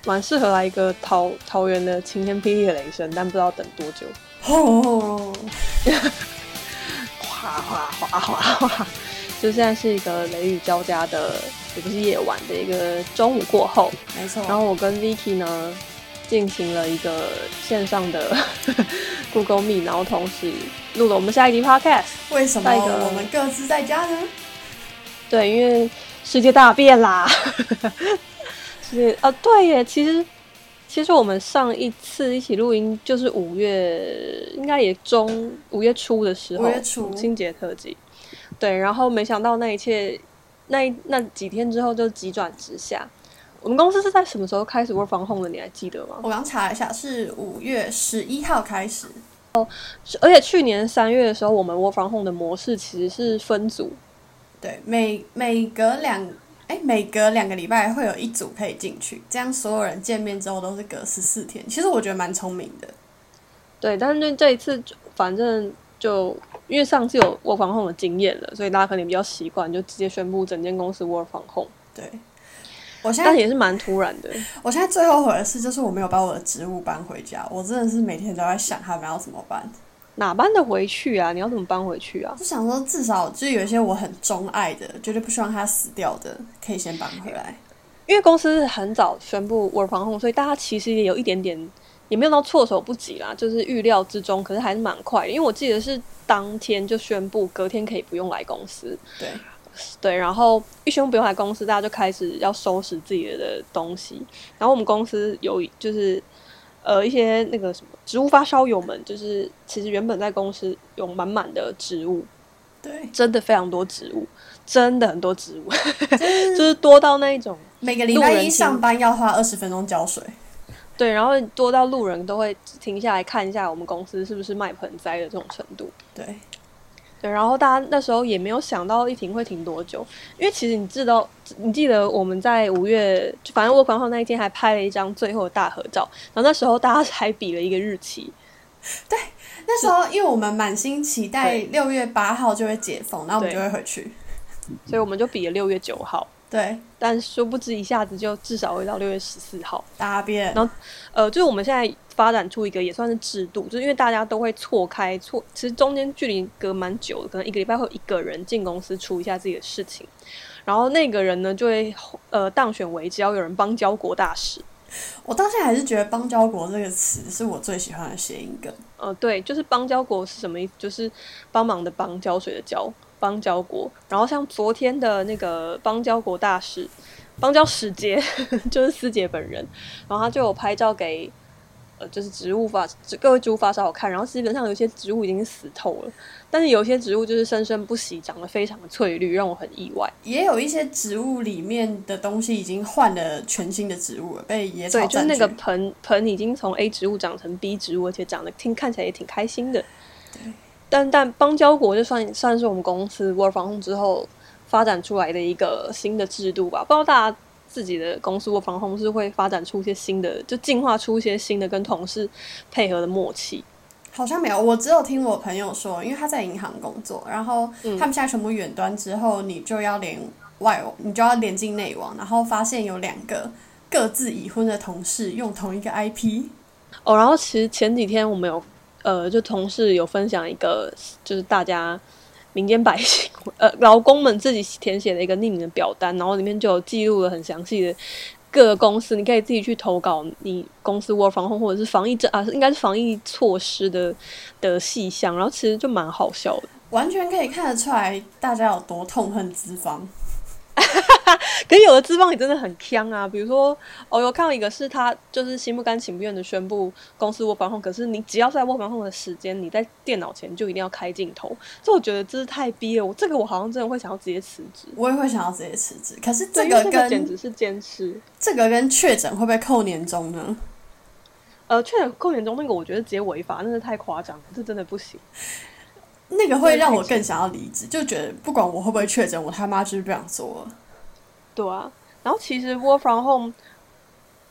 蛮适合来一个桃园的晴天霹雳的雷声，但不知道等多久。哗哗哗哗哗，就现在是一个雷雨交加的，也不是夜晚的一个中午过后， 没错。 然后我跟 Vicky 呢进行了一个线上的Google Meet， 然后同时录了我们下一集 Podcast。 为什么我们各自在家呢？ 对，因为世界大变啦。对耶，其实我们上一次一起录音就是5月，应该也5月初的时候，5月初母亲节特辑。对，然后没想到那一切，那几天之后就急转直下。我们公司是在什么时候开始 work from home 的？你还记得吗？ 我刚查了一下，是5月11号开始。 而且去年3月的时候，我们 work from home 的模式其实是分组。 对，每隔2个礼拜会有一组可以进去，这样所有人见面之后都是隔14天。其实我觉得蛮聪明的。 对，但是这一次反正就因为上次有 work from home 的经验了，所以大家可能比较习惯，就直接宣布整间公司 work from home。 对， 但也是蛮突然的。 我现在最后悔的事就是我没有把我的职务搬回家，我真的是每天都在想他们要怎么办。 哪搬得回去啊？你要怎么搬回去啊？ 就想说至少就有一些我很钟爱的，绝对不希望他死掉的，可以先搬回来。 因为公司很早宣布 work from home，所以大家其实也有一点点，也没有到措手不及啦，就是预料之中，可是还是蛮快的。因为我记得是当天就宣布，隔天可以不用来公司。对，然后一宣布不用来公司，大家就开始要收拾自己的东西。然后我们公司有就是一些那个什么植物发烧友们，就是其实原本在公司有满满的植物， 对， 真的非常多植物，真的很多植物，就是多到那一种每个礼拜一上班要花20分钟浇水。 对，然后多到路人都会停下来看一下我们公司是不是卖盆栽的这种程度。对，然后大家那时候也没有想到一停会停多久，因为其实你记得我们在5月，反正work from home那一天还拍了一张最后的大合照，然后那时候大家还比了一个日期。 对，那时候因为我们满心期待6月8号就会解封，然后我们就会回去， 所以我们就比了6月9号。 对， 但殊不知一下子就至少会到6月14号大便。 然后就是我们现在发展出一个也算是制度，就是因为大家都会其实中间距离隔蛮久的，可能1个礼拜会有1个人进公司处一下自己的事情，然后那个人呢就会当选为只要有人邦交国大使。 我到现在还是觉得邦交国这个词是我最喜欢的谐音梗。 对，就是邦交国是什么意思？就是帮忙的帮，浇水的浇，邦交国。然后像昨天的那个邦交国大使，邦交使节就是思杰本人，然后他就有拍照给就是各位植物发烧友看，然后基本上有些植物已经死透了，但是有些植物就是生生不息，长得非常的翠绿，让我很意外。 也有一些植物里面的东西已经换了全新的植物了，被野草占据。 对，就是那个盆已经从 A 植物长成 B 植物，而且长得看起来也挺开心的。 对， 但邦交国就算是我们公司 work from home 之后发展出来的一个新的制度吧，不知道大家自己的公司 work from home 是会发展出一些新的，就进化出一些新的跟同事配合的默契。 好像没有，我只有听我朋友说，因为他在银行工作，然后他们现在全部远端之后，你就要连进内网，然后发现有2个各自已婚的同事用同一个 IP。 然后其实前几天我们有就同事有分享一个，就是大家民间百姓劳工们自己填写的一个匿名的表单，然后里面就有记录了很详细的各个公司，你可以自己去投稿你公司 work from home 或者是应该是防疫措施的细项，然后其实就蛮好笑的， 完全可以看得出来大家有多痛恨资方。 可是有的资方也真的很呛啊，比如说有看到一个是他就是心不甘情不愿的宣布公司 work from home，可是你只要在 work from home 的时间，你在电脑前就一定要开镜头，所以我觉得这是太逼了。我好像真的会想要直接辞职。 我也会想要直接辞职，可是这个简直是坚持。 这个跟确诊会不会扣年终呢？ 确诊扣年终那个我觉得直接违法，那是太夸张了，这真的不行。 那个会让我更想要离职，就觉得不管我会不会确诊，我他妈就是不想做了。 对啊，然后其实 work from home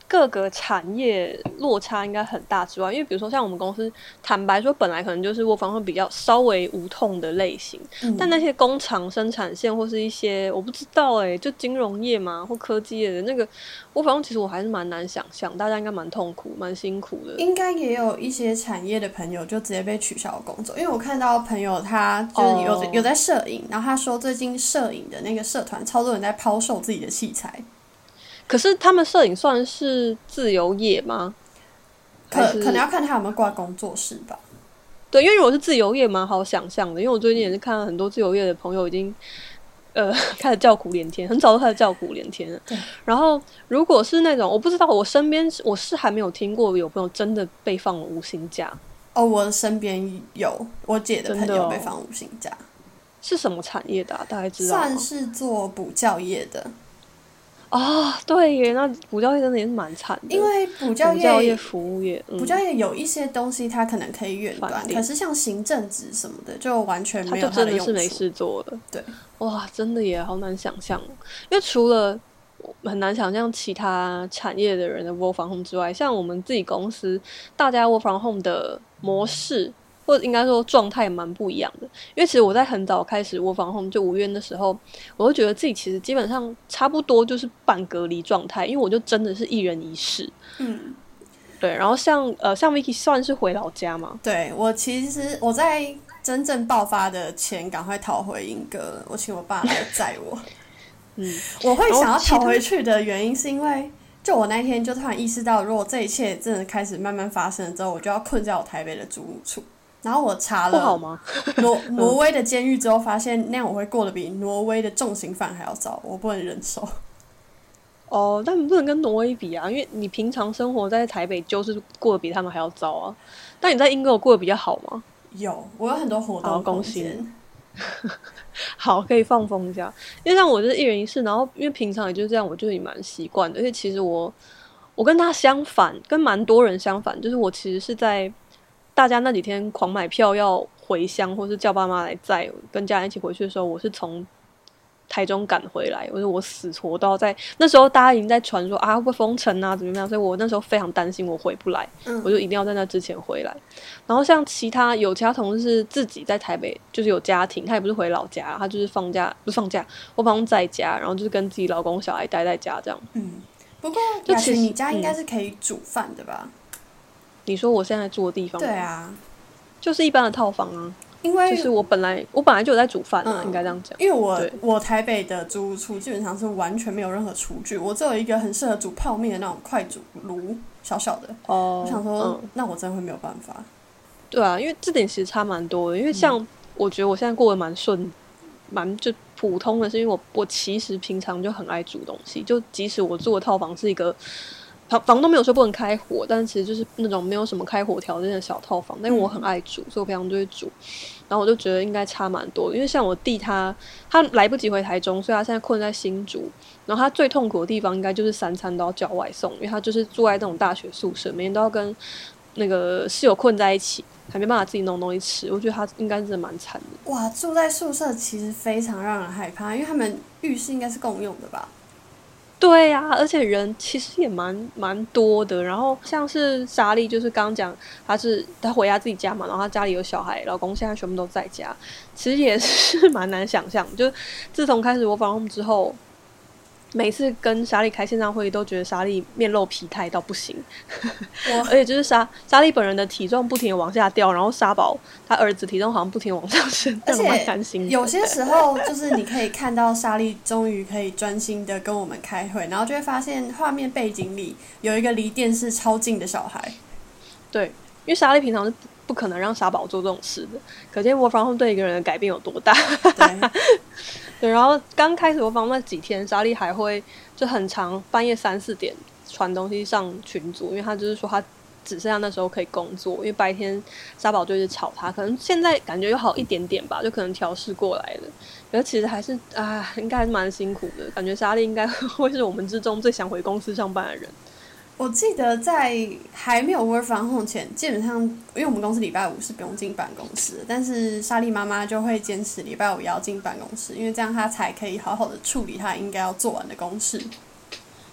各个产业落差应该很大之外，因为比如说像我们公司，坦白说本来可能就是work from home比较稍微无痛的类型，但那些工厂生产线或是一些我不知道就金融业嘛或科技业的那个work from home，其实我还是蛮难想象，大家应该蛮痛苦蛮辛苦的。 应该也有一些产业的朋友就直接被取消工作，因为我看到朋友他就是有在摄影，然后他说最近摄影的那个社团超多人在抛售自己的器材。 可是他们摄影算是自由业吗？ 可能要看他有没有挂工作室吧。 对，因为如果是自由业蛮好想象的，因为我最近也是看了很多自由业的朋友已经开始叫苦连天，很早就开始叫苦连天了。 对。 然后如果是那种我不知道，我身边我是还没有听过有朋友真的被放了无薪假。 我身边有我姐的朋友被放无薪假。 是什么产业的大概知道吗？ 算是做补教业的。 对耶，那补教业真的也是蛮惨的， 因为补教业、服务业， 补教业有一些东西它可能可以远端，可是像行政职什么的就完全没有它的用处， 他就真的是没事做了。 对， 哇，真的也好难想象，因为除了很难想象其他产业的人的 work from home 之外，像我们自己公司，大家 work from home 的模式，或者应该说状态蛮不一样的。因为其实我在很早开始work from home，就5月的时候，我就觉得自己其实基本上差不多就是半隔离状态，因为我就真的是一人一室。对，然后像 Vicky 算是回老家嘛？ 对，其实我在真正爆发的前赶快逃回英歌，我请我爸来载我。我会想要逃回去的原因是因为就我那天就突然意识到，如果这一切真的开始慢慢发生之后，我就要困在我台北的租屋处。然后我查了不好吗？ 挪威的监狱之后，发现那样我会过得比挪威的重刑犯还要糟，我不能忍受。 但你不能跟挪威比啊，因为你平常生活在台北就是过得比他们还要糟啊。但你在英国有过得比较好吗？ 我有很多活动空间。 好，可以放风一下。因为像我就是一人一室，然后因为平常也就是这样，我就也蛮习惯的。而且其实我跟他相反，跟蛮多人相反，就是我其实是在大家那几天狂买票要回乡，或是叫爸妈来载跟家人一起回去的时候，我是从台中赶回来，我死活都要在那时候大家已经在传说会不会封城啊怎么样，所以我那时候非常担心我回不来，我就一定要在那之前回来。然后像有其他同事是自己在台北就是有家庭，他也不是回老家，他就是放假不是放假我帮在家，然后就是跟自己老公小孩待在家这样。 不过雅群你家应该是可以煮饭的吧？ 你说我现在住的地方吗？ 对啊， 就是一般的套房啊。 因为就是我本来就有在煮饭应该这样讲。 因为我台北的租屋处基本上是完全没有任何厨具，我只有一个很适合煮泡面的那种快煮炉，小小的。我想说，那我真的会没有办法。 对啊，因为这点其实差蛮多的。因为像我觉得我现在过得蛮顺，蛮就普通的，是因为我其实平常就很爱煮东西，就即使我住的套房是一个。房东没有说不能开火，但是其实就是那种没有什么开火条件的小套房。但是我很爱煮，所以我平常就会煮。然后我就觉得应该差蛮多的，因为像我弟他来不及回台中，所以他现在困在新竹。然后他最痛苦的地方应该就是3餐都要叫外送，因为他就是住在那种大学宿舍，每天都要跟那个室友困在一起，还没办法自己弄东西吃。我觉得他应该真的蛮惨的。 哇，住在宿舍其实非常让人害怕，因为他们浴室应该是共用的吧？ 对呀，而且人其实也蛮多的。然后像是莎莉，就是刚刚讲，她回家自己家嘛，然后她家里有小孩，老公现在全部都在家，其实也是蛮难想象。就自从开始我访问之后，每次跟莎莉开线上会议，都觉得莎莉面露疲态到不行，而且就是莎莉本人的体重不停地往下掉，然后沙宝他儿子体重好像不停地往上升， 而且蛮担心的。 有些时候就是你可以看到莎莉终于可以专心的跟我们开会，然后就会发现画面背景里有一个离电视超近的小孩。 对，因为莎莉平常是不可能让沙宝做这种事的，可见work from home对一个人的改变有多大。对，然后刚开始work from home那几天，莎莉还会就很常半夜3、4点传东西上群组，因为他就是说他只剩下那时候可以工作，因为白天沙宝就是吵他，可能现在感觉又好一点点吧，就可能调试过来了。可是其实还是应该还是蛮辛苦的，感觉莎莉应该会是我们之中最想回公司上班的人。 我记得在还没有 work from home 前，基本上因为我们公司礼拜5是不用进办公室的，但是莎莉妈妈就会坚持礼拜5也要进办公室，因为这样她才可以好好的处理她应该要做完的公事。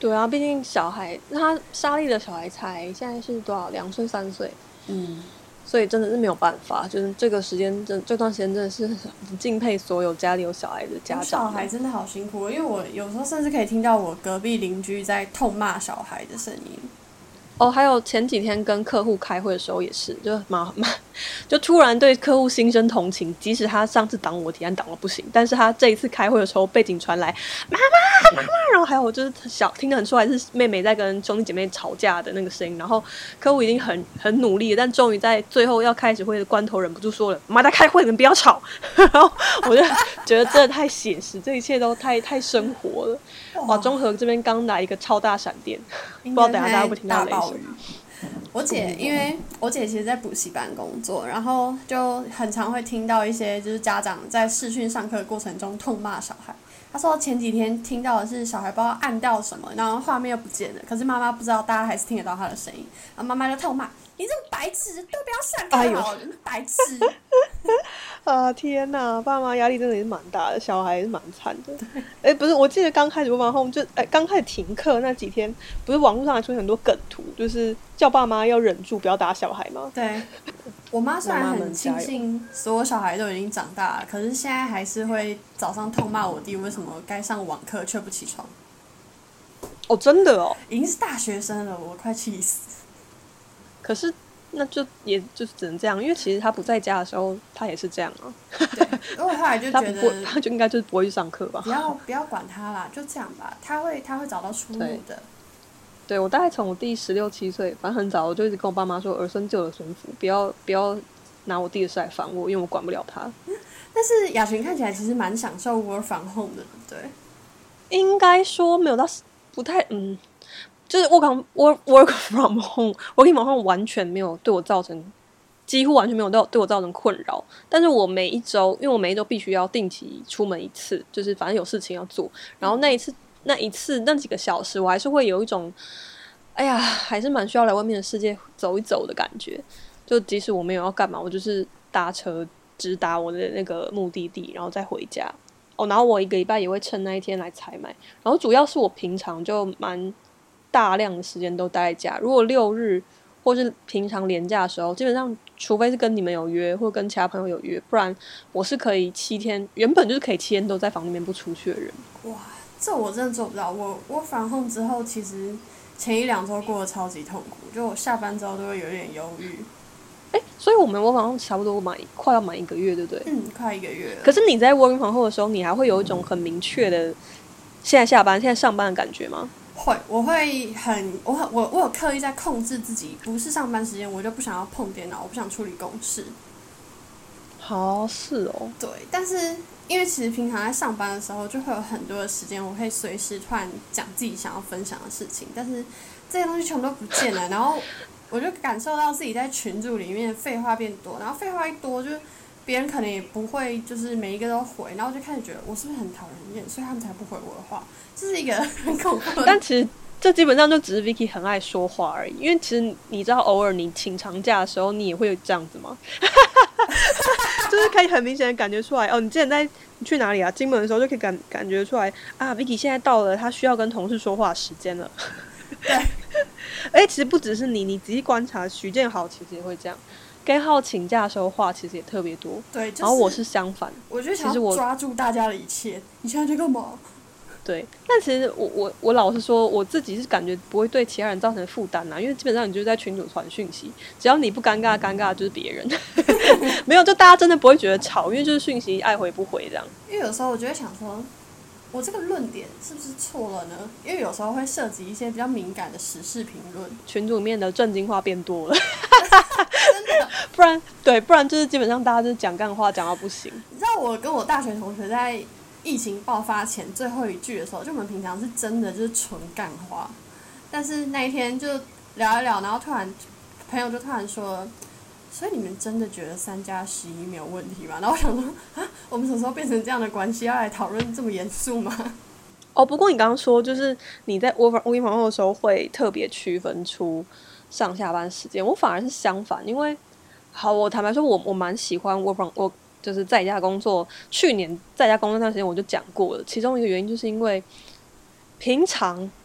对啊，毕竟小孩，他莎莉的小孩才现在是多少，2岁3岁，所以真的是没有办法，就是这个时间这段时间真的是很敬佩所有家里有小孩的家长。 小孩真的好辛苦，因为我有时候甚至可以听到我隔壁邻居在痛骂小孩的声音。 哦，还有前几天跟客户开会的时候也是，就突然对客户心生同情，即使他上次挡我提案挡了不行，但是他这一次开会的时候背景传来妈妈，然后还有就是听得很出来是妹妹在跟兄弟姐妹吵架的那个声音，然后客户已经很努力了，但终于在最后要开始会的关头忍不住说了妈在开会，你们不要吵，然后我就觉得真的太写实，这一切都太生活了。哇，中和这边刚来一个超大闪电，不知道等一下大家会不会听到雷声。 我姐因为我姐其实在补习班工作，然后就很常会听到一些就是家长在视讯上课的过程中痛骂小孩。她说前几天听到的是小孩不知道按掉什么，然后画面又不见了，可是妈妈不知道，大家还是听得到她的声音，然后妈妈就痛骂你这种白痴都不要上课好了，白痴。 啊天哪，爸妈压力真的也是蛮大的，小孩也是蛮惨的。不是，我记得刚开始播放后刚开始停课那几天，不是网络上还出现很多梗图，就是叫爸妈要忍住不要打小孩吗？ 对，我妈虽然很庆幸所有小孩都已经长大了，可是现在还是会早上痛骂我弟为什么该上网课却不起床。 哦，真的哦， 已经是大学生了，我快气死。 可是那也就是只能这样，因为其实他不在家的时候，他也是这样啊。 对，因为我后来就觉得他就应该就是不会去上课吧。 不要管他啦，就这样吧，他会找到出路的。 对，我大概从我弟16、17岁，反正很早我就一直跟我爸妈说，儿孙救儿孙福，不要拿我弟的事来烦我，因为我管不了他。 但是雅群看起来其实蛮享受 work from home 的，对。 应该说没有到不太就是 work from home 完全没有对我造成，几乎完全没有对我造成困扰。但是我每一周必须要定期出门一次，就是反正有事情要做。然后那几个小时，我还是会有一种，哎呀，还是蛮需要来外面的世界走一走的感觉。就即使我没有要干嘛，我就是搭车直达我的那个目的地，然后再回家。然后我1个礼拜也会趁那一天来采买。然后主要是我平常就蛮大量的时间都待在家，如果6日或是平常连假的时候，基本上除非是跟你们有约或跟其他朋友有约，不然我是可以7天，原本就是可以7天都在房里面不出去的人。 哇，这我真的做不到。我返 home 之后，其实前1-2周过得超级痛苦，就我下班之后都会有点忧郁。 所以我们 work from home 差不多快要满1个月，对不对？ 快1个月了。 可是你在 work from home 的时候，你还会有一种很明确的现在下班、现在上班的感觉吗？ 我会我有刻意在控制自己，不是上班时间我就不想要碰电脑，我不想处理公事。 好，是哦。 对，但是因为其实平常在上班的时候，就会有很多的时间，我可以随时突然讲自己想要分享的事情，但是这些东西全部都不见了，然后我就感受到自己在群组里面废话变多，然后废话一多，就别人可能也不会就是每一个都回，然后我就开始觉得我是不是很讨人厌，所以他们才不回我的话，这是一个很恐怖的。 但其实这基本上就只是 Vicky 很爱说话而已，因为其实你知道，偶尔你请长假的时候，你也会有这样子吗？就是可以很明显的感觉出来哦，你之前你去哪里啊？金门的时候就可以感觉出来啊 ，Vicky 现在到了他需要跟同事说话的时间了。 对， 其实不只是你仔细观察，许建豪其实也会这样。跟浩请假的时候话其实也特别多， 对，就是、 然后我是相反， 我就想要抓住大家的一切。你现在在干嘛？ 对，但其实我老实说，我自己是感觉不会对其他人造成负担啦，因为基本上你就是在群组传讯息，只要你不尴尬，尴尬的就是别人。没有，就大家真的不会觉得吵，因为就是讯息爱回不回这样。 因为有时候我就会想说，我这个论点是不是错了呢？因为有时候会涉及一些比较敏感的时事评论， 群组里面的正经话变多了。 真的， 不然就是基本上大家就是讲干话讲到不行。 你知道我跟我大学同学在疫情爆发前最后一句的时候，就我们平常是真的就是纯干话，但是那一天就聊一聊，然后朋友就突然说，所以你们真的觉得3+11没有问题吗？然后我想说啊，我们什么时候变成这样的关系，要来讨论这么严肃吗？ 不过你刚刚说就是你在 work from home 的时候会特别区分出上下班时间，我反而是相反，因为我坦白说我蛮喜欢 work from home，就是在家工作。去年在家工作那段时间我就讲过了，其中一个原因就是因为平常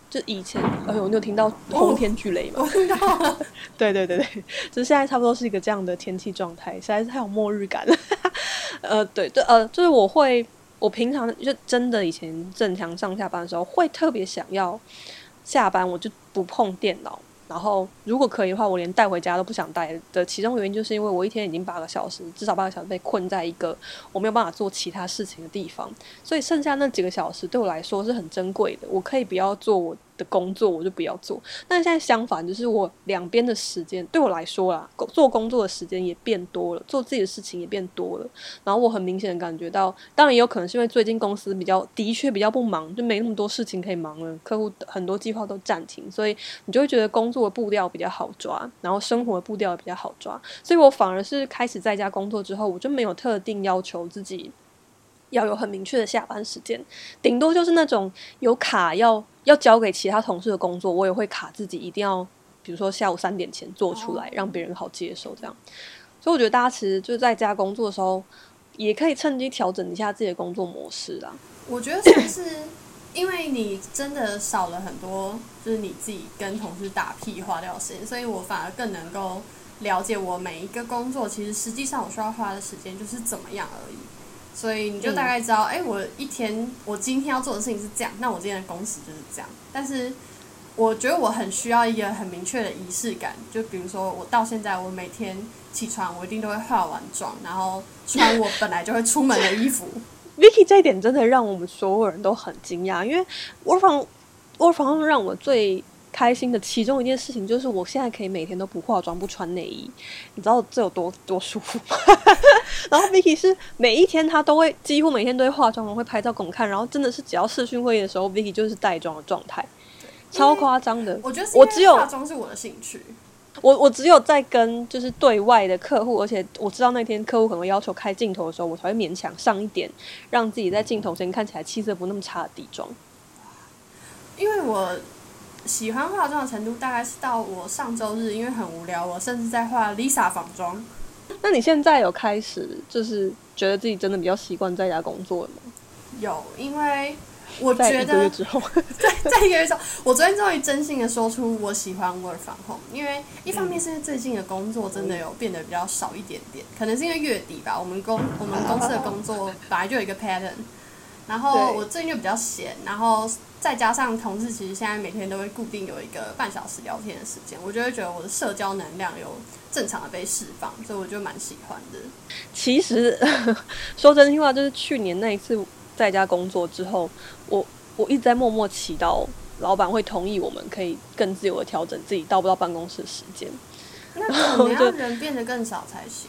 就以前，哎呦，你有听到轰天巨雷吗？ 我听到了。 对，就是现在差不多是一个这样的天气状态，实在是太有末日感了。对，就是我平常就真的以前正常上下班的时候，会特别想要下班我就不碰电脑。然后，如果可以的话，我连带回家都不想带的。其中原因就是因为我一天已经8个小时，至少8个小时被困在一个我没有办法做其他事情的地方，所以剩下那几个小时对我来说是很珍贵的。我可以不要做我的工作，我就不要做。但现在相反，就是我两边的时间对我来说啦，做工作的时间也变多了，做自己的事情也变多了。然后我很明显的感觉到，当然也有可能是因为最近公司的确比较不忙，就没那么多事情可以忙了，客户很多计划都暂停，所以你就会觉得工作的步调比较好抓，然后生活的步调也比较好抓。所以我反而是开始在家工作之后，我就没有特定要求自己要有很明确的下班时间，顶多就是那种有卡要交给其他同事的工作，我也会卡自己一定要，比如说下午3点前做出来，让别人好接受这样。所以我觉得大家其实就在家工作的时候，也可以趁机调整一下自己的工作模式啦。 我觉得算是因为你真的少了很多，就是你自己跟同事打屁话掉的时间，所以我反而更能够了解我每一个工作，其实实际上我需要花的时间就是怎么样而已。所以你就大概知道，我今天要做的事情是这样，那我今天的工时就是这样。但是我觉得我很需要一个很明确的仪式感，就比如说我到现在，我每天起床，我一定都会化完妆，然后穿我本来就会出门的衣服。 Vicky 这一点真的让我们所有人都很惊讶，因为work from home 让我最开心的其中一件事情就是我现在可以每天都不化妆不穿内衣，你知道这有多舒服吗？然后 Vicky 是每一天她都会几乎每天都会化妆，会拍照给我们看，然后真的是只要视讯会议的时候 Vicky 就是带妆的状态，超夸张的。 我觉得是因为化妆是我的兴趣。 我只有在跟就是对外的客户，而且我知道那天客户可能要求开镜头的时候，我才会勉强上一点，让自己在镜头前看起来气色不那么差的底妆。 因为我喜欢化妆的程度，大概是到我上周日，因为很无聊，我甚至在画 Lisa 仿妆。 那你现在有开始就是觉得自己真的比较习惯在家工作了吗？ 有，因为我觉得在1个月之后， 在1个月之后，我昨天终于真心的说出我喜欢 work from home， 因为一方面是因为最近的工作真的有变得比较少一点点，可能是因为月底吧，我们公司的工作本来就有一个 pattern， 然后我最近就比较闲，然后再加上同事其实现在每天都会固定有一个半小时聊天的时间，我就会觉得我的社交能量有正常的被释放，所以我就蛮喜欢的。 其实说真心话，就是去年那一次在家工作之后，我一直在默默祈祷老板会同意我们可以更自由的调整自己到不到办公室的时间。 那我们要人变得更少才行。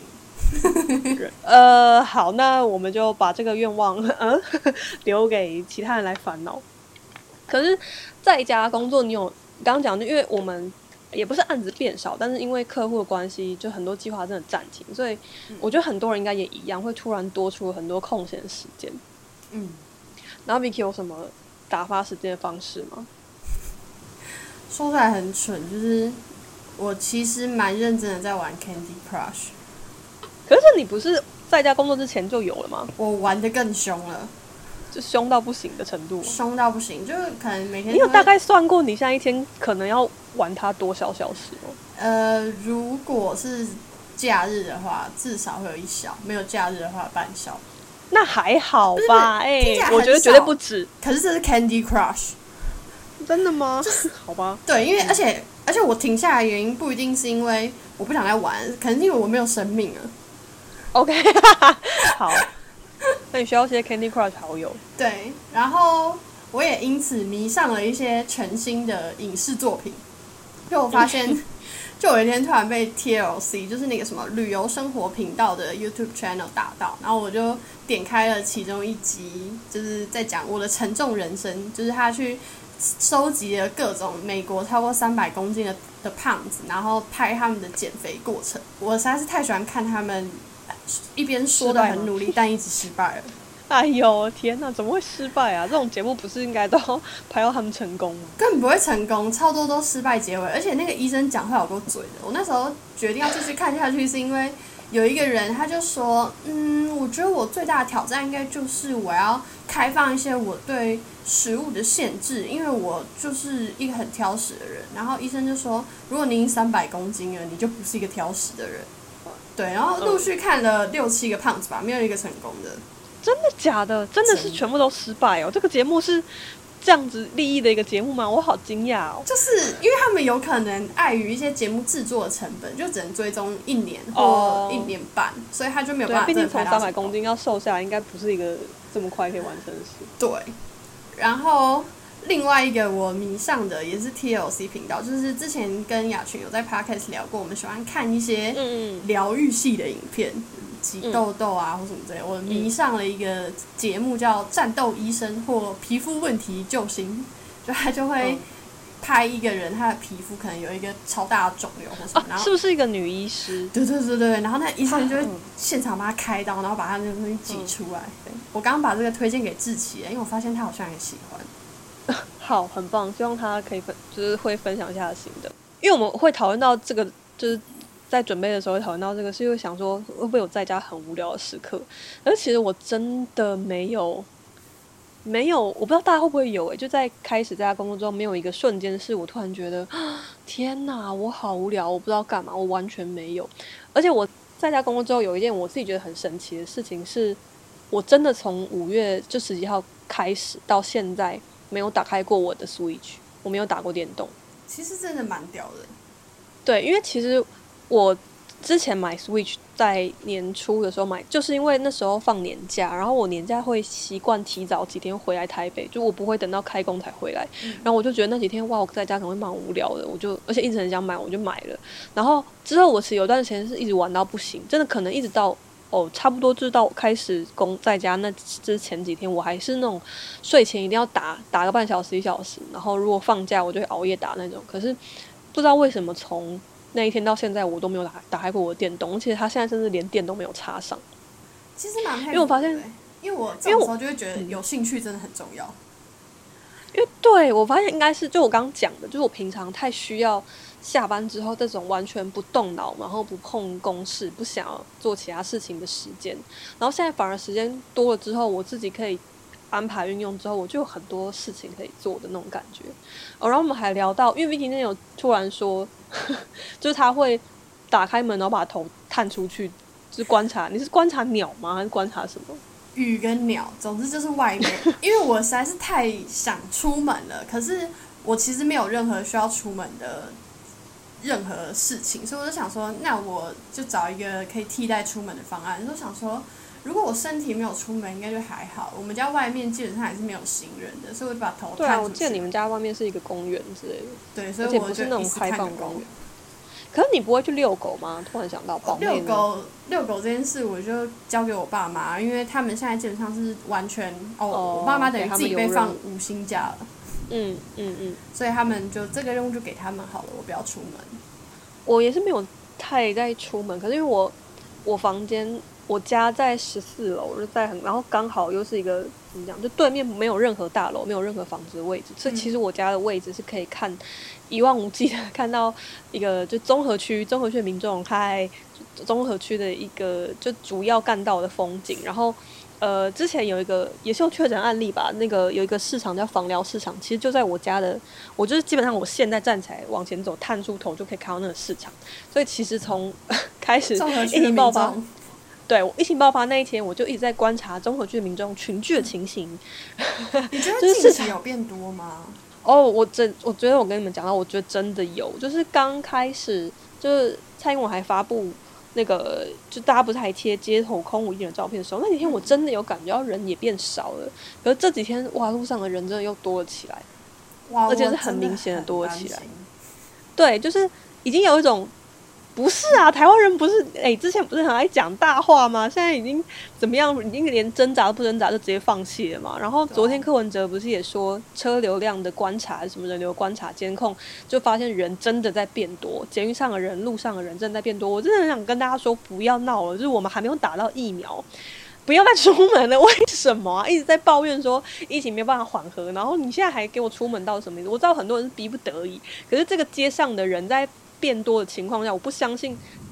好，那我们就把这个愿望留给其他人来烦恼。可是在家工作，你有刚刚讲的，因为我们也不是案子变少，但是因为客户的关系，就很多计划真的暂停，所以我觉得很多人应该也一样，会突然多出很多空闲的时间。然后 Vicky 有什么打发时间的方式吗？ 说出来很蠢，就是我其实蛮认真的在玩 Candy Crush。 可是你不是在家工作之前就有了吗？ 我玩得更凶了， 就凶到不行的程度。 凶到不行，就是可能每天。 你有大概算过你现在一天可能要玩它多少小时吗？ 如果是假日的话，至少会有1小；没有假日的话，半小。 那还好吧，我觉得绝对不止。 可是这是 Candy Crush。 真的吗？好吧。 对，因为而且我停下来的原因不一定是因为我不想再玩，可能是因为我没有生命了。 OK， 好，那你需要一些 Candy Crush 好友。 对，然后我也因此迷上了一些全新的影视作品。就我发现，就有一天突然被 TLC， 就是那个什么旅游生活频道的 YouTube channel 打到，然后我就点开了其中一集，就是在讲我的沉重人生，就是他去收集了各种美国超过300公斤的胖子，然后拍他们的减肥过程。我实在是太喜欢看他们一边说的很努力，但一直失败了。 哎呦天哪，怎么会失败啊？这种节目不是应该都要拍到他们成功吗？ 根本不会成功，超多都失败结尾。而且那个医生讲话有够嘴的。我那时候决定要继续看下去，是因为有一个人他就说，我觉得我最大的挑战应该就是我要开放一些我对食物的限制，因为我就是一个很挑食的人。然后医生就说，如果你已经300公斤了，你就不是一个挑食的人。对，然后陆续看了6-7个胖子吧，没有一个成功的。 真的假的？真的是全部都失败哦！这个节目是这样子利益的一个节目吗？我好惊讶哦！ 就是因为他们有可能碍于一些节目制作的成本，就只能追踪1年或1年半，所以他就没有办法。 毕竟从300公斤要瘦下来，应该不是一个这么快可以完成的事。 对，然后另外一个我迷上的也是 TLC 频道，就是之前跟雅群有在 Podcast 聊过，我们喜欢看一些疗愈系的影片。挤痘痘啊，或什么之类的，我迷上了一个节目叫《战斗医生》或皮肤问题救星，就他就会拍一个人，他的皮肤可能有一个超大的肿瘤或什么，然后是不是一个女医师？ 对，然后那医生就会现场帮他开刀，然后把他那个东西挤出来。我刚刚把这个推荐给志奇，因为我发现他好像也喜欢。 好，很棒，希望他可以就是会分享一下他的心得，因为我们会讨论到这个就是。在准备的时候讨论到这个，是因为想说会不会有在家很无聊的时刻，而其实我真的没有，我不知道大家会不会有就在开始在家工作之后，没有一个瞬间是我突然觉得天哪，我好无聊，我不知道干嘛，我完全没有。而且我在家工作之后，有一件我自己觉得很神奇的事情是，我真的从5月就10几号开始到现在没有打开过我的 Switch， 我没有打过电动。 其实真的蛮屌的。 对，因为其实我之前买 Switch 在年初的时候买，就是因为那时候放年假，然后我年假会习惯提早几天回来台北，就我不会等到开工才回来。然后我就觉得那几天哇，我在家可能会蛮无聊的，而且一直很想买，我就买了。然后之后我其实有段时间是一直玩到不行，真的可能一直到差不多就是到开始在家那之前几天，我还是那种睡前一定要打个半小时1小时，然后如果放假我就会熬夜打那种。可是不知道为什么从那一天到现在我都没有打开过我的电动，而且他现在甚至连电都没有插上。 其实蛮佩服的， 因为我发现， 因为我这种时候就会觉得有兴趣真的很重要。 因为对我发现应该是就我刚刚讲的，就是我平常太需要下班之后这种完全不动脑，然后不碰公事，不想要做其他事情的时间，然后现在反而时间多了之后，我自己可以安排运用之后，我就有很多事情可以做的那种感觉。然后我们还聊到，因为 Vicky 那天有突然说就是他会打开门然后把头探出去，就是观察。你是观察鸟吗？还是观察什么？ 鱼跟鸟，总之就是外面。因为我实在是太想出门了，可是我其实没有任何需要出门的任何事情，所以我就想说，那我就找一个可以替代出门的方案。就想说，如果我身体没有出门，应该就还好。我们家外面基本上还是没有行人的，所以我就把头探出去。 对啊，我记得你们家外面是一个公园之类的。 对，所以我而且不是那种开放公园。可是你不会去遛狗吗？突然想到宝妹呢。遛狗这件事，我就交给我爸妈，因为他们现在基本上是完全我爸妈等于自己被放5星假了。所以他们就这个任务就给他们好了，我不要出门。 我也是没有太在出门，可是因为我房间我家在14楼，就在然后刚好又是一个怎么讲，就对面没有任何大楼，没有任何房子的位置，所以其实我家的位置是可以看一望无际的看到一个就综合区的民众在综合区的一个就主要干道的风景。然后之前有一个也是有确诊案例吧，那个有一个市场叫访寮市场，其实就在我家的，我就是基本上我现在站起来往前走，探出头就可以看到那个市场。所以其实从开始疫情爆发，对，我疫情爆发那一天，我就一直在观察综合区的民众群聚的情形。 你觉得近期有变多吗？ 我觉得我跟你们讲到，我觉得真的有，就是刚开始就是蔡英文还发布那个，就大家不是还贴街头空无一人的照片的时候，那几天我真的有感觉到人也变少了。可是这几天哇，路上的人真的又多了起来，而且是很明显的多了起来。对，就是已经有一种。不是啊，台湾人不是之前不是很爱讲大话吗？现在已经怎么样？已经连挣扎都不挣扎就直接放弃了嘛。然后昨天柯文哲不是也说车流量的观察，什么人流观察监控，就发现人真的在变多，捷运上的人、路上的人真的在变多。我真的很想跟大家说，不要闹了，就是我们还没有打到疫苗，不要再出门了。为什么啊？一直在抱怨说疫情没有办法缓和，然后你现在还给我出门到什么意思？我知道很多人是逼不得已，可是这个街上的人在变多的情况下，我不相信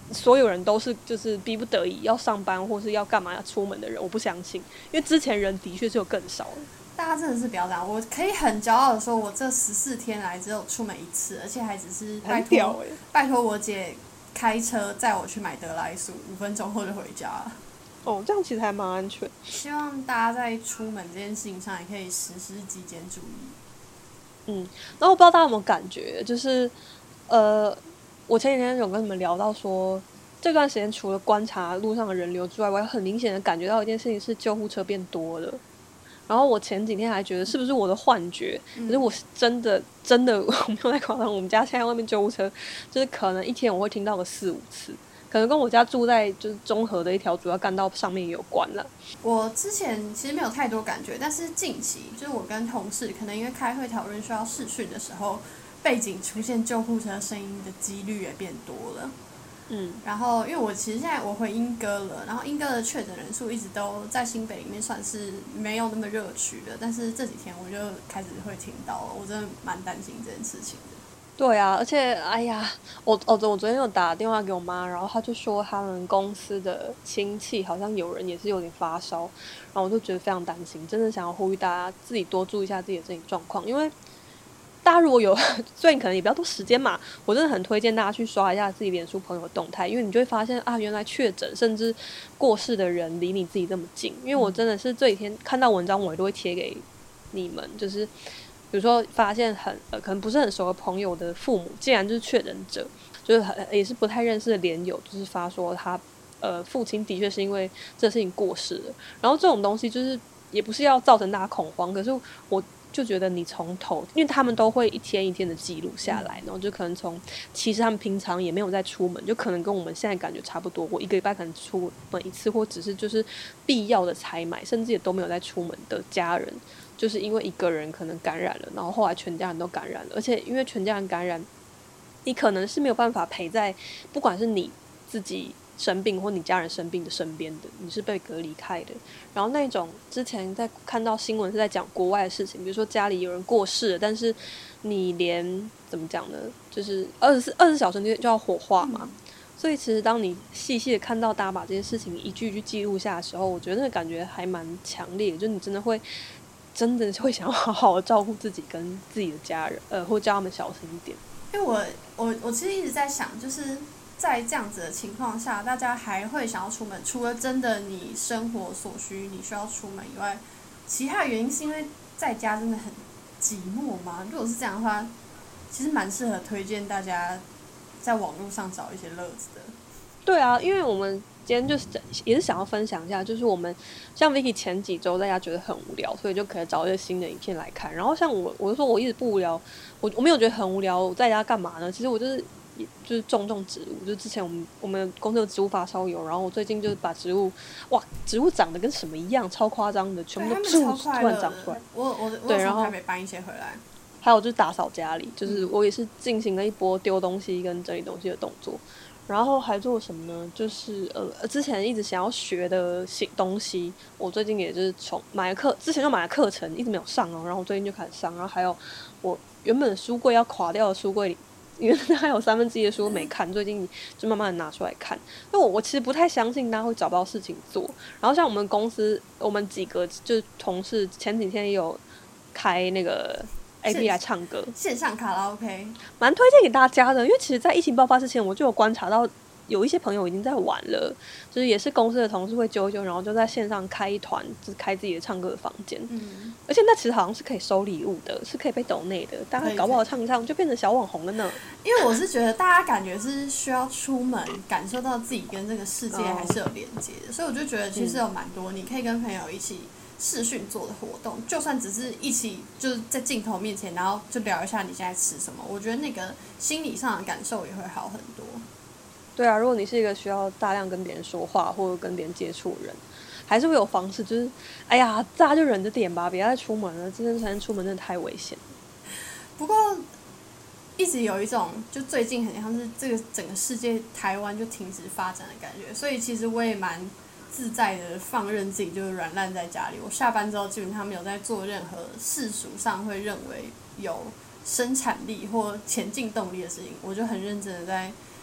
所有人都是就是逼不得已要上班或是要干嘛要出门的人，我不相信，因为之前人的确是有更少的。 大家真的是不要这样，我可以很骄傲的说，我这14天来只有出门一次，而且还只是拜托我姐开车载我去买得来速，5分钟后就回家了。 哦，这样其实还蛮安全。 希望大家在出门这件事情上也可以实施极简主义。 然后我不知道大家有没有感觉，就是我前几天有跟你们聊到说，这段时间除了观察路上的人流之外，我很明显的感觉到一件事情是救护车变多了。然后我前几天还觉得是不是我的幻觉，可是我是真的我没有在夸张，我们家现在外面救护车就是可能一天我会听到个4-5次，可能跟我家住在就是中和的一条主要干道上面也有关了。 我之前其实没有太多感觉，但是近期就是我跟同事可能因为开会讨论需要视讯的时候，背景出现救护车声音的几率也变多了。然后因为我其实现在我回莺歌了，然后莺歌的确诊人数一直都在新北里面算是没有那么热区的，但是这几天我就开始会听到了，我真的蛮担心这件事情的。 对啊，而且哎呀，我昨天有打电话给我妈，然后她就说他们公司的亲戚好像有人也是有点发烧，然后我就觉得非常担心，真的想要呼吁大家自己多注意一下自己的身体状况，因为大家如果有最近可能也比较多时间嘛，我真的很推荐大家去刷一下自己脸书朋友的动态，因为你就会发现啊，原来确诊甚至过世的人离你自己这么近。因为我真的是这几天看到文章，我也都会贴给你们，就是比如说发现可能不是很熟的朋友的父母，竟然就是确诊者，就是也是不太认识的连友，就是发说他父亲的确是因为这事情过世了。然后这种东西就是也不是要造成大家恐慌，可是我就觉得你从头，因为他们都会一天一天的记录下来，然后就可能其实他们平常也没有在出门，就可能跟我们现在感觉差不多。我1个礼拜可能出门1次，或只是就是必要的采买，甚至也都没有在出门的家人，就是因为一个人可能感染了，然后后来全家人都感染了，而且因为全家人感染，你可能是没有办法陪在，不管是你自己生病或你家人生病的身边的，你是被隔离开的。然后那种之前在看到新闻是在讲国外的事情，比如说家里有人过世了，但是你连怎么讲呢，就是24小时就要火化嘛。所以其实当你细细的看到大家把这些事情一句一句记录下的时候，我觉得那个感觉还蛮强烈的，就你真的会想要好好的照顾自己跟自己的家人，或叫他们小心一点。 因为我其实一直在想，就是在这样子的情况下，大家还会想要出门，除了真的你生活所需你需要出门以外，其他的原因是因为在家真的很寂寞吗？如果是这样的话，其实蛮适合推荐大家在网络上找一些乐子的。 对啊，因为我们今天就是也是想要分享一下，就是我们像 Vicky 前几周在家觉得很无聊，所以就可以找一些新的影片来看。然后像我就说我一直不无聊，我没有觉得很无聊，我在家干嘛呢？其实我就是种植物，就是之前我们公司的植物发烧友，然后我最近就是把植物长得跟什么一样，超夸张的，全部都突然长出来。 我对，然后台北搬一些回来。 还有就是打扫家里，就是我也是进行了一波丢东西跟整理东西的动作。然后还做什么呢？就是之前一直想要学的新东西，我最近也就是之前就买了课程，一直没有上哦，然后我最近就开始上。然后还有我原本书柜要垮掉的书柜里，因为还有1/3的书没看，最近就慢慢的拿出来看。因为我其实不太相信大家会找不到事情做。然后像我们公司，我们几个就是同事前几天也有开那个AP 来唱歌， 线上卡拉 OK， 蛮推荐给大家的。因为其实在疫情爆发之前，我就有观察到有一些朋友已经在玩了，就是也是公司的同事会揪一揪，然后就在线上开一团，就是开自己的唱歌的房间。而且那其实好像是可以收礼物的，是可以被抖内的，大家搞不好唱一唱就变成小网红了呢。 因为我是觉得大家感觉是需要出门感受到自己跟这个世界还是有连接的，所以我就觉得其实有蛮多你可以跟朋友一起视讯做的活动，就算只是一起就是在镜头面前，然后就聊一下你现在吃什么，我觉得那个心理上的感受也会好很多。 对啊，如果你是一个需要大量跟别人说话或者跟别人接触的人，还是会有方式，就是哎呀，大家就忍着点吧，别再出门了，这段时间出门真的太危险了。 不过一直有一种就最近很像是这个整个世界台湾就停止发展的感觉，所以其实我也蛮自在的放任自己就是软烂在家里。我下班之后基本上没有在做任何世俗上会认为有生产力或前进动力的事情，我就很认真的在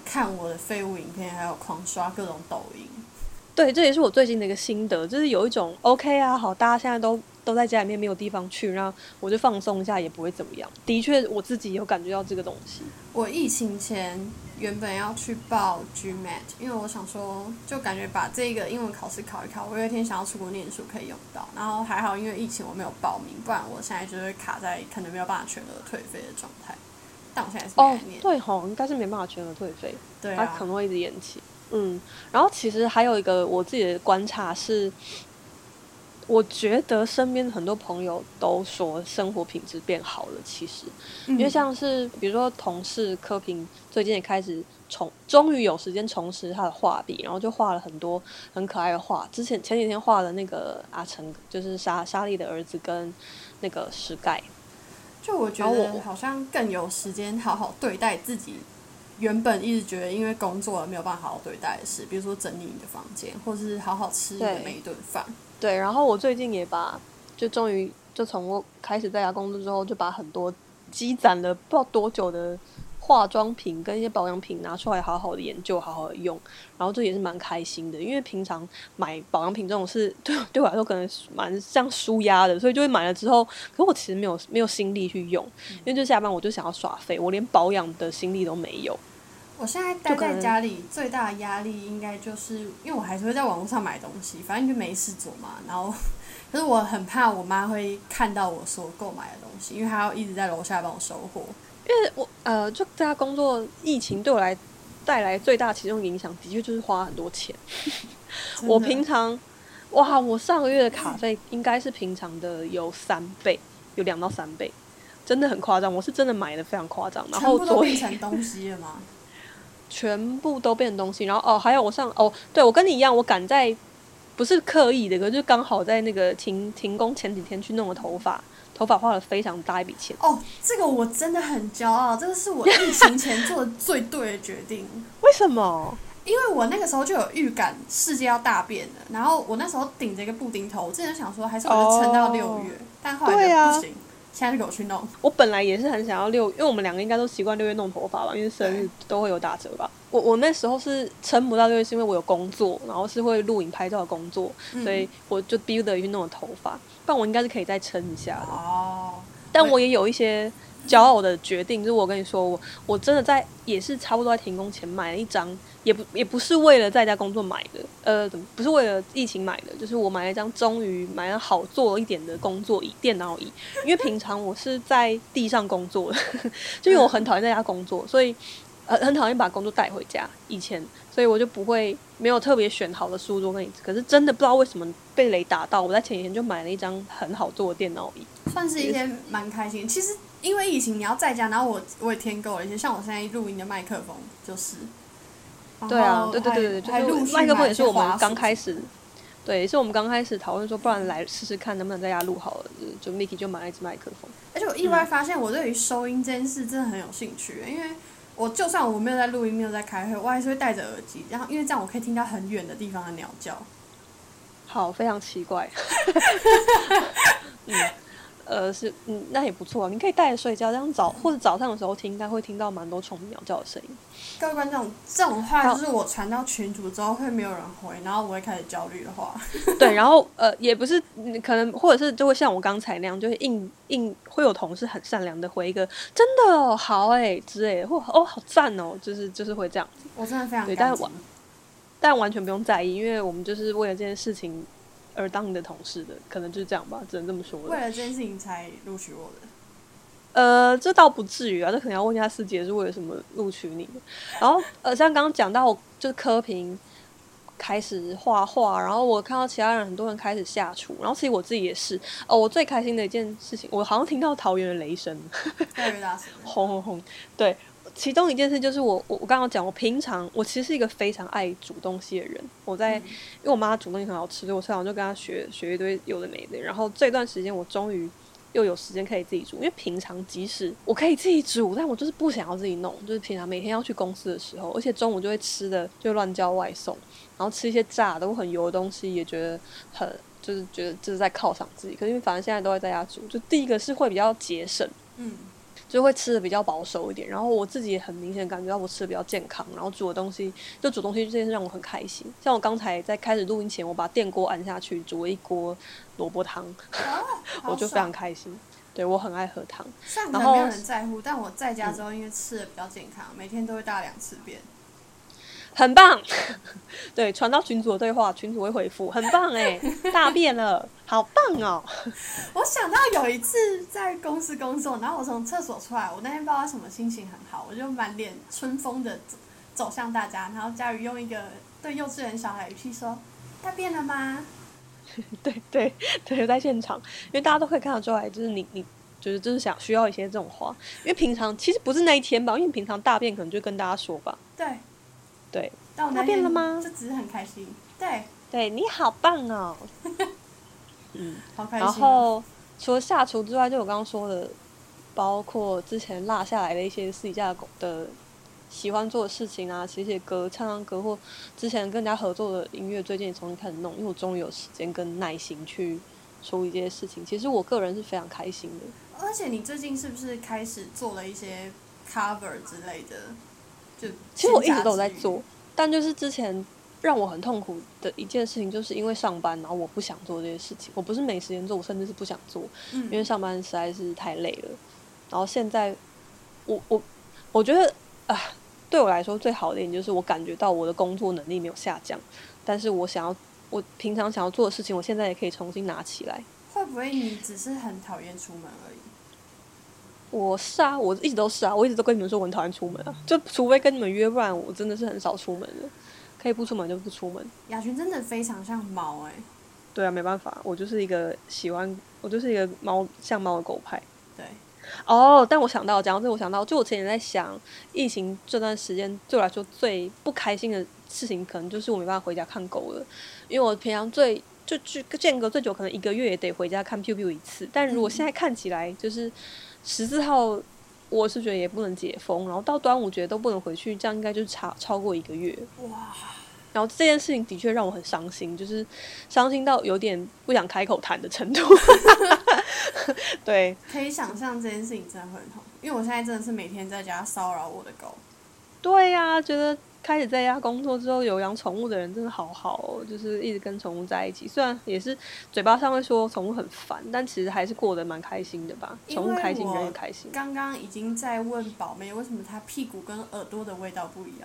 看我的废物影片，还有狂刷各种抖音。 对，这也是我最近的一个心得，就是有一种 OK 啊，好，大家现在都在家里面没有地方去，然后我就放松一下，也不会怎么样。的确，我自己有感觉到这个东西。 我疫情前原本要去报 GMAT， 因为我想说，就感觉把这个英文考试考一考，我有一天想要出国念书可以用到。然后还好，因为疫情我没有报名，不然我现在就会卡在可能没有办法全额退费的状态。但我现在是没来念。 对吼，应该是没办法全额退费， 对啊， 它可能会一直延期。然后其实还有一个我自己的观察是，我觉得身边很多朋友都说生活品质变好了，其实，因为像是比如说同事柯平最近也开始终于有时间重拾他的画笔，然后就画了很多很可爱的画。前几天画了那个阿成，就是莎莉的儿子跟那个石盖。 就我觉得好像更有时间好好对待自己。原本一直觉得因为工作而没有办法好好对待的事，比如说整理你的房间，或是好好吃你的每一顿饭。 对，然后我最近也终于从我开始在家工作之后，就把很多积攒了不知道多久的化妆品跟一些保养品拿出来好好的研究，好好的用，然后这也是蛮开心的，因为平常买保养品这种事对我来说可能蛮像舒压的，所以就会买了之后，可是我其实没有心力去用，因为就下班我就想要耍废，我连保养的心力都没有。 我现在待在家里最大的压力应该就是因为我还是会在网络上买东西，反正就没事做嘛。然后，可是我很怕我妈会看到我所购买的东西，因为她要一直在楼下帮我收货。 因为我就在家工作，疫情对我带来最大其中影响，的确就是花很多钱。我平常我上个月的卡费应该是平常的有3倍，有2到3倍，真的很夸张。我是真的买的非常夸张，然后全部都变成东西了吗？ 全部都变成东西，然后还有对，我跟你一样，我赶在不是刻意的，可是就刚好在那个停工前几天去弄了头发花了非常大一笔钱。 这个我真的很骄傲，这个是我疫情前做的最对的决定。 为什么？ 因为我那个时候就有预感世界要大变了，然后我那时候顶着一个布丁头，我之前想说还是我就撑到6月，但后来就不行。现在就给我去弄。 我本来也是很想要因为我们2个应该都习惯6月弄头发吧，因为生日都会有打折吧。我那时候是撑不到6月，是因为我有工作，然后是会录影拍照的工作，所以我就逼不得已去弄了头发。不然我应该是可以再撑一下的。但我也有一些骄傲的决定，就是我跟你说，我真的也是差不多在停工前买了一张，也不是为了在家工作买的，不是为了疫情买的，就是我买了一张，终于买了好做一点的工作椅，电脑椅，因为平常我是在地上工作的，就因为我很讨厌在家工作，所以很讨厌把工作带回家，以前，所以我就没有特别选好的书桌跟椅子，可是真的不知道为什么被雷打到，我在前几天就买了一张很好做的电脑椅， 算是一件蛮开心。其实因为疫情你要在家，然后我也添购了一些，像我现在录音的麦克风就是， 对啊，对，就是麦克风也是我们刚开始，对，是我们刚开始讨论说，不然来试试看能不能在家录好了，就 Miki 就买了一支麦克风。 而且我意外发现我对于收音这件事真的很有兴趣，因为我就算我没有在录音，没有在开会，我还是会戴着耳机，然后因为这样我可以听到很远的地方的鸟叫。 好，非常奇怪。那也不错啊，你可以带着睡觉，这样或者早上的时候听，应该会听到蛮多虫鸟叫的声音。 各位观众，这种话就是我传到群组之后会没有人回，然后我会开始焦虑的话。 对，然后也不是可能，或者是就会像我刚才那样，就会会有同事很善良的回一个真的哦好之类的，或好赞哦，就是会这样子。 我真的非常感激。 但完全不用在意，因为我们就是为了这件事情而当你的同事的，可能就是这样吧，只能这么说了。 为了这件事情才录取我的。 这倒不至于啊，这可能要问一下师姐是为了什么录取你的。然后像刚刚讲到，就是柯平开始画画，然后我看到其他人很多人开始下厨，然后其实我自己也是。我最开心的一件事情，我好像听到桃园的雷声， 越来越大声， 轰轰轰，对。其中一件事就是我刚刚讲，我平常我其实是一个非常爱煮东西的人。因为我妈煮东西很好吃，所以我从小就跟她学一堆有的没的。然后这段时间我终于又有时间可以自己煮，因为平常即使我可以自己煮，但我就是不想要自己弄。就是平常每天要去公司的时候，而且中午就会吃的就乱叫外送，然后吃一些炸的或很油的东西，也觉得就是觉得这是在犒赏自己。可是因为反正现在都会在家煮，就第一个是会比较节省。 就会吃的比较保守一点。然后我自己也很明显感觉到我吃的比较健康，然后煮东西这件事让我很开心。像我刚才在开始录音前，我把电锅按下去煮了一锅萝卜汤，我就非常开心。对，我很爱喝汤。 虽然可能没有人在乎，但我在家之后因为吃的比较健康，每天都会大2次便。 很棒，对，传到群组的对话，群组会回复，很棒哎，大便了，好棒哦！ 我想到有一次在公司工作，然后我从厕所出来，我那天不知道什么心情很好，我就满脸春风的走向大家，然后佳瑜用一个对幼稚园小孩语气说：“大便了吗？” 对，在现场，因为大家都可以看得出来，就是你就是需要一些这种话，因为平常其实不是那一天吧，因为平常大便可能就跟大家说吧。对，大便了吗？ 就只是很开心。 对，你好棒哦。 好开心。 然后除了下厨之外，就我刚刚说的，包括之前落下来的一些私底下的喜欢做的事情啊，写歌、唱歌，或之前跟人家合作的音乐，最近也重新开始弄，因为我终于有时间跟耐心去处理这些事情。其实我个人是非常开心的。 而且你最近是不是开始做了一些 cover 之类的？ 其实我一直都有在做，但就是之前让我很痛苦的一件事情，就是因为上班，然后我不想做这些事情。我不是没时间做，我甚至是不想做，因为上班实在是太累了。然后现在，我觉得对我来说最好的一点就是我感觉到我的工作能力没有下降，但是我平常想要做的事情，我现在也可以重新拿起来。 会不会你只是很讨厌出门而已？ 我是啊，我一直都是啊，我一直都跟你们说我很讨厌出门啊，就除非跟你们约，不然我真的是很少出门的，可以不出门就不出门。 雅群真的非常像猫对啊，没办法，我就是一个猫像猫的狗派。 对。 但我想到讲到这，我想到就我之前在想，疫情这段时间对我来说最不开心的事情，可能就是我没办法回家看狗了，因为我平常就间隔最久可能1个月也得回家看 Piu Piu 一次，但如果现在看起来就是14号，我是觉得也不能解封，然后到端午节都不能回去，这样应该就是超过1个月。 哇！ 然后这件事情的确让我很伤心，就是伤心到有点不想开口谈的程度。对， 可以想象这件事情真的会很痛，因为我现在真的是每天在家骚扰我的狗。 对呀，觉得开始在家工作之后，有养宠物的人真的好好哦，就是一直跟宠物在一起。虽然也是嘴巴上会说宠物很烦，但其实还是过得蛮开心的吧。宠物开心，人也开心。 刚刚已经在问宝妹，为什么它屁股跟耳朵的味道不一样？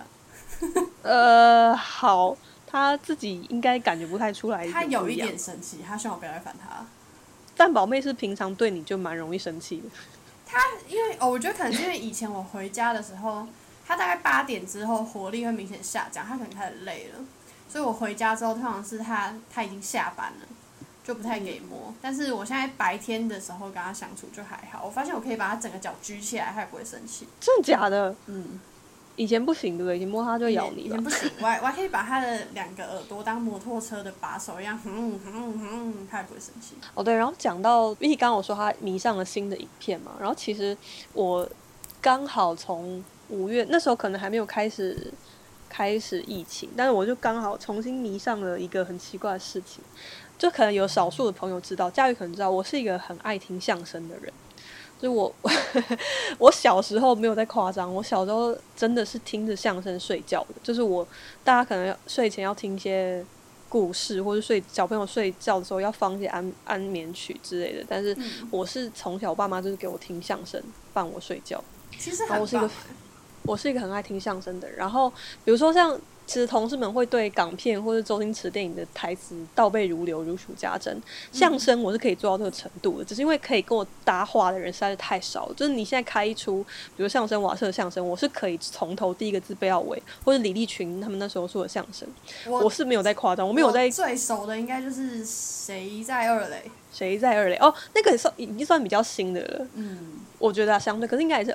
好，他自己应该感觉不太出来。 他有一点生气，他希望我不要再烦他。 但宝妹是平常对你就蛮容易生气的。 他因为我觉得可能是因为以前我回家的时候，他大概8点之后活力会明显下降，他可能开始累了，所以我回家之后通常是他已经下班了，就不太给摸。但是我现在白天的时候跟他相处就还好，我发现我可以把他整个脚举起来，他也不会生气。 真的假的？以前不行对不对？以前摸它就咬你。 以前不行，我还可以把它的2个耳朵当摩托车的把手一样，它也不会生气。 对，然后讲到，因为刚刚我说他迷上了新的影片嘛，然后其实我刚好从5月那时候可能还没有开始疫情，但是我就刚好重新迷上了一个很奇怪的事情，就可能有少数的朋友知道，佳宇可能知道，我是一个很爱听相声的人。就我小时候没有在夸张，我小时候真的是听着相声睡觉的。就是大家可能睡前要听一些故事，或者小朋友睡觉的时候要放一些安眠曲之类的。但是我是从小我爸妈就是给我听相声伴我睡觉。 其实很棒。 我是一个很爱听相声的人。然后比如说像其实同事们会对港片或者周星驰电影的台词倒背如流，如数家珍。相声我是可以做到这个程度的，只是因为可以跟我搭话的人实在是太少了。就是你现在开一出，比如相声瓦舍的相声，我是可以从头第一个字背到尾，或者李立群他们那时候说的相声，我是没有在夸张，我没有在。 最熟的应该就是谁在二垒？ 谁在二垒？那个已经算比较新的了。我觉得相对，可是应该也是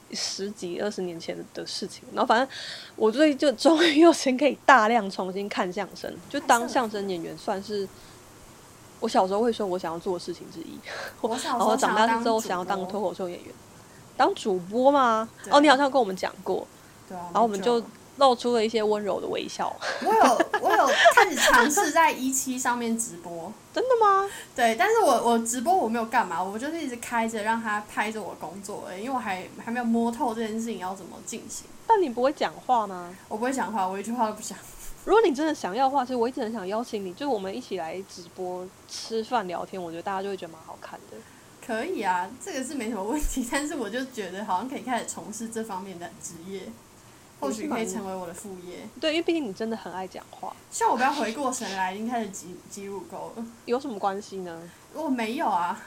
10几20年前的事情。然后反正我最近就终于有钱可以大量重新看相声，就当相声演员算是我小时候会说我想要做的事情之一。然后长大之后想要当脱口秀演员，当主播吗？你好像跟我们讲过。 对啊。 然后我们就露出了一些温柔的微笑。 我有开始尝试在17上面直播。 真的吗？ 对，但是我直播我没有干嘛，我就是一直开着让他拍着我工作而已，因为我还没有摸透这件事情要怎么进行。 但你不会讲话吗？ 我不会讲话，我一句话都不讲。 如果你真的想要的话，其实我一直很想邀请你，就是我们一起来直播吃饭聊天，我觉得大家就会觉得蛮好看的。 可以啊，这个是没什么问题，但是我就觉得好像可以开始从事这方面的职业，或许可以成为我的副业。 对，因为毕竟你真的很爱讲话。 希望我不要回过神来，已经开始挤乳沟了。 有什么关系呢？ 我没有啊。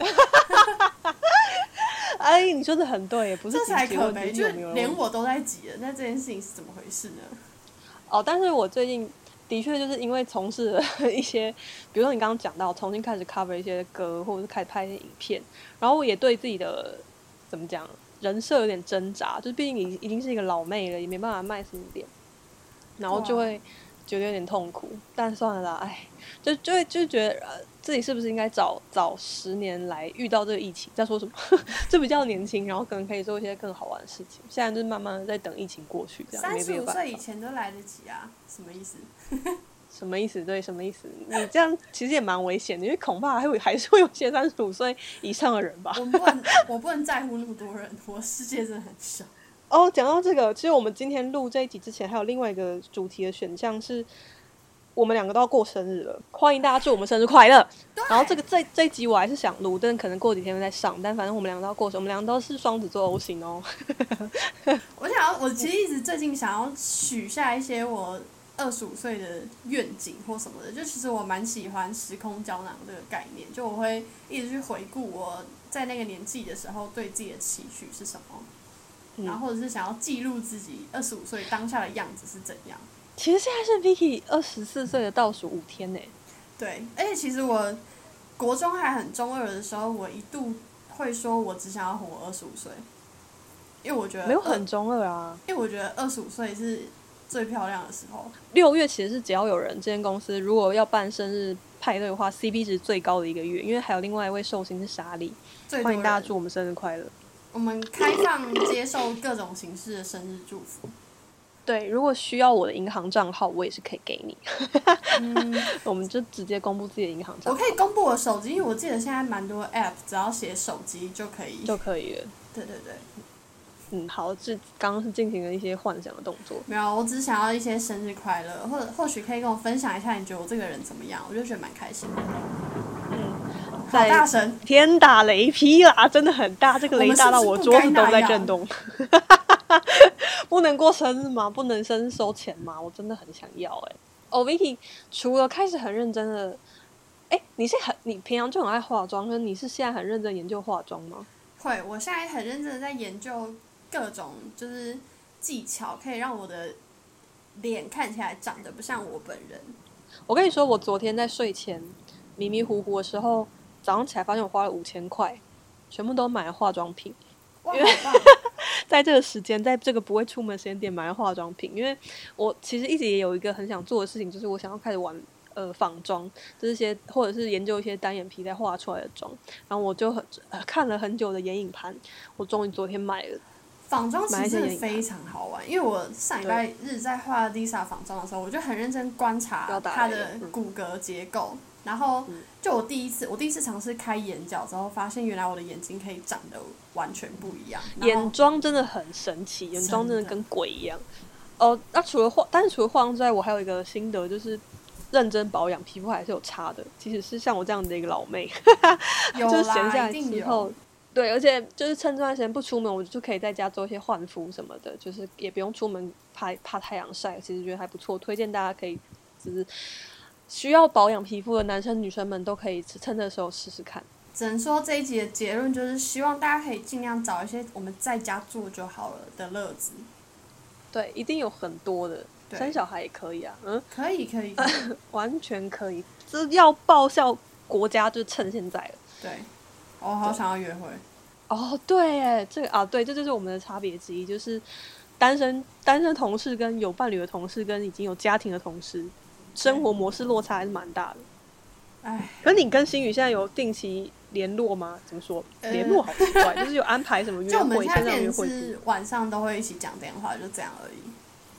哎，你说的很对，不是这才可悲，就是有连我都在挤了，那这件事情是怎么回事呢？ 哦，但是我最近的确就是因为从事了一些，比如说你刚刚讲到重新开始 cover 一些歌，或者是开始拍一些影片，然后我也对自己的怎么讲人设有点挣扎，就是毕竟你已经是一个老妹了，也没办法卖什么脸，然后就会觉得有点痛苦。但算了啦，哎，就觉得自己是不是应该早10年来遇到这个疫情，在说什么？就比较年轻，然后可能可以做一些更好玩的事情。现在就是慢慢的在等疫情过去，这样。 35岁以前都来得及啊？什么意思？ 什么意思？对，什么意思？你这样其实也蛮危险的，因为恐怕还是会有些35岁以上的人吧。 我不能在乎那么多人，我世界真的很小。 哦，讲到这个，其实我们今天录这一集之前，还有另外一个主题的选项是，我们两个都要过生日了，欢迎大家祝我们生日快乐。然后这一集我还是想录，但可能过几天会再上。但反正我们两个都要过生日，我们两个都是双子座 O 型哦。 我其实一直最近想要许下一些我25岁的愿景或什么的，就其实我蛮喜欢时空胶囊这个概念，就我会一直去回顾我在那个年纪的时候对自己的期许是什么，然后或者是想要记录自己25岁当下的样子是怎样。 其实现在是 Vicky 24岁的倒数5天呢。 对，而且其实我国中还很中二的时候，我一度会说我只想要活25岁，因为我觉得没有很中二啊， 因为我觉得25岁是最漂亮的时候。 6月其实是只要有人这间公司如果要办生日派对的话 ，CP 值最高的一个月，因为还有另外一位寿星是莎莉，欢迎大家祝我们生日快乐。 我们开放接受各种形式的生日祝福。 对，如果需要我的银行账号，我也是可以给你。我们就直接公布自己的银行账号。 我可以公布我手机，因为我记得现在蛮多 App， 只要写手机就可以了。 对对对。 好，刚刚是进行了一些幻想的动作。 没有，我只想要一些生日快乐，或许可以跟我分享一下，你觉得我这个人怎么样？我就觉得蛮开心的。好大声！ 天打雷劈啦，真的很大，这个雷大到我桌子都在震动。不能过生日吗？不能生日收钱吗？我真的很想要Vicky 除了开始很认真的，你平常就很爱化妆，跟你是现在很认真研究化妆吗？ 会，我现在很认真的在研究各种就是技巧，可以让我的脸看起来长得不像我本人。 我跟你说，我昨天在睡前迷迷糊糊的时候，早上起来发现我花了5000块，全部都买了化妆品。 哇，好棒！ 在这个时间，在这个不会出门的时间点买了化妆品，因为我其实一直也有一个很想做的事情，就是我想要开始玩仿妆，这些或者是研究一些单眼皮再画出来的妆。然后我就看了很久的眼影盘，我终于昨天买了。 仿妆其实非常好玩，因为我上礼拜日在画 Lisa 仿妆的时候，我就很认真观察她的骨骼结构，然后就我第一次尝试开眼角之后，发现原来我的眼睛可以长得完全不一样。 眼妆真的很神奇，眼妆真的跟鬼一样。那除了化妆之外，我还有一个心得，就是认真保养皮肤还是有差的。即使是像我这样的一个老妹，就是闲下来之后。对，而且就是趁这段时间不出门，我就可以在家做一些焕肤什么的，就是也不用出门怕太阳晒，其实觉得还不错，推荐大家可以，就是需要保养皮肤的男生女生们都可以趁这时候试试看。 只能说这一集的结论就是希望大家可以尽量找一些我们在家做就好了的乐子。 对，一定有很多的，生小孩也可以啊， 可以完全可以，这要报效国家就趁现在了。 对，我好想要约会。 对耶，对，这就是我们的差别之一，就是单身同事跟有伴侣的同事跟已经有家庭的同事，生活模式落差还是蛮大的。可是你跟星宇现在有定期联络吗？怎么说？联络好奇怪，就是有安排什么约会？ 就我们现在约会是晚上都会一起讲电话，就这样而已。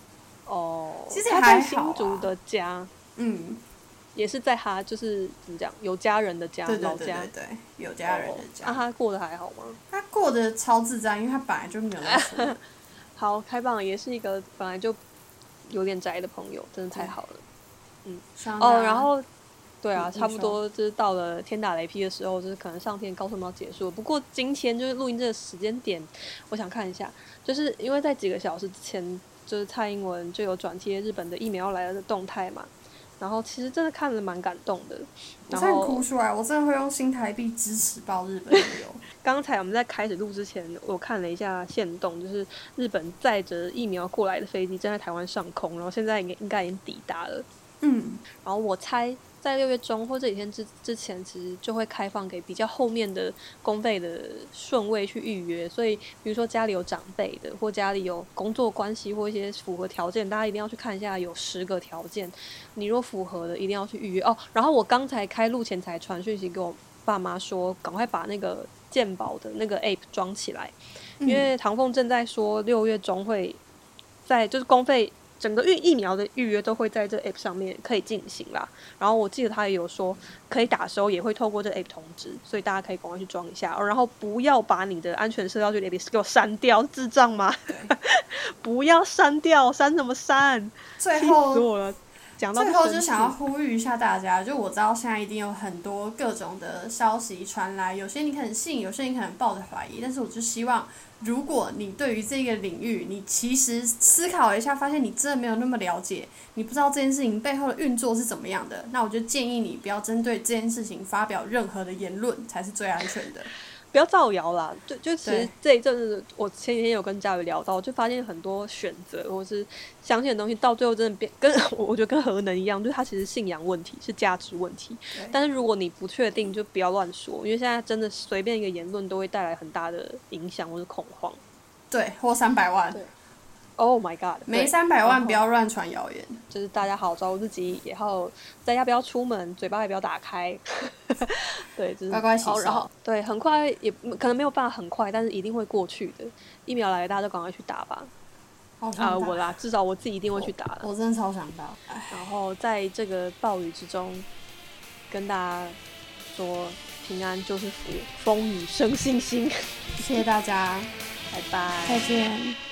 哦， 其实他在还好啊。 新竹的家， 嗯， 也是在他就是怎么讲，有家人的家， 对对老家。 对对对，有家人的家。 那他过得还好吗？ 他过得超自在，因为他本来就没有在出门。 好，开放也是一个本来就有点宅的朋友，真的太好了。然后对啊，差不多就是到了天打雷劈的时候，就是可能上天告诉我们要结束了。不过今天就是录音这个时间点，我想看一下，就是因为在几个小时之前，就是蔡英文就有转贴日本的疫苗要来了的动态嘛，然后其实真的看了蛮感动的。 我真的哭出来，我真的会用新台币支持爆日本旅游。 刚才我们在开始录之前，我看了一下限动，就是日本载着疫苗过来的飞机正在台湾上空，然后现在应该已经抵达了。然后我猜在6月中或这几天之前，其实就会开放给比较后面的公费的顺位去预约。所以，比如说家里有长辈的，或家里有工作关系或一些符合条件，大家一定要去看一下，有10个条件，你若符合的，一定要去预约哦。然后我刚才开录前才传讯息给我爸妈说，赶快把那个健保的那个 app 装起来，因为唐凤正在说6月中会在就是公费。整个疫苗的预约都会在这 app 上面可以进行啦，然后我记得他也有说可以打的时候也会透过这 app 通知，所以大家可以赶快去装一下，然后不要把你的安全社交距离给我删掉，智障吗？不要删掉，删什么删？ 最后气死我了。 最后就想要呼吁一下大家，就我知道现在一定有很多各种的消息传来，有些你可能信，有些你可能抱着怀疑，但是我就希望，如果你对于这个领域，你其实思考一下，发现你真的没有那么了解，你不知道这件事情背后的运作是怎么样的，那我就建议你不要针对这件事情发表任何的言论，才是最安全的。 不要造谣啦，就其实这一阵子，我前几天有跟嘉宇聊到，就发现很多选择或是相信的东西，到最后真的我觉得跟核能一样，就是它其实信仰问题，是价值问题。但是如果你不确定，就不要乱说，因为现在真的随便一个言论都会带来很大的影响或是恐慌。 对，或300万。 对。Oh my god！ 没300万不要乱传谣言。 就是大家好好照顾自己，也好在家不要出门，嘴巴也不要打开。对，就是乖乖洗手。 然后对，很快也可能没有办法很快，但是一定会过去的。疫苗来了，大家都赶快去打吧。我啦，至少我自己一定会去打的。 我真的超想打。 然后在这个暴雨之中，跟大家说平安就是福，风雨生信心。 谢谢大家， 拜拜， 再见。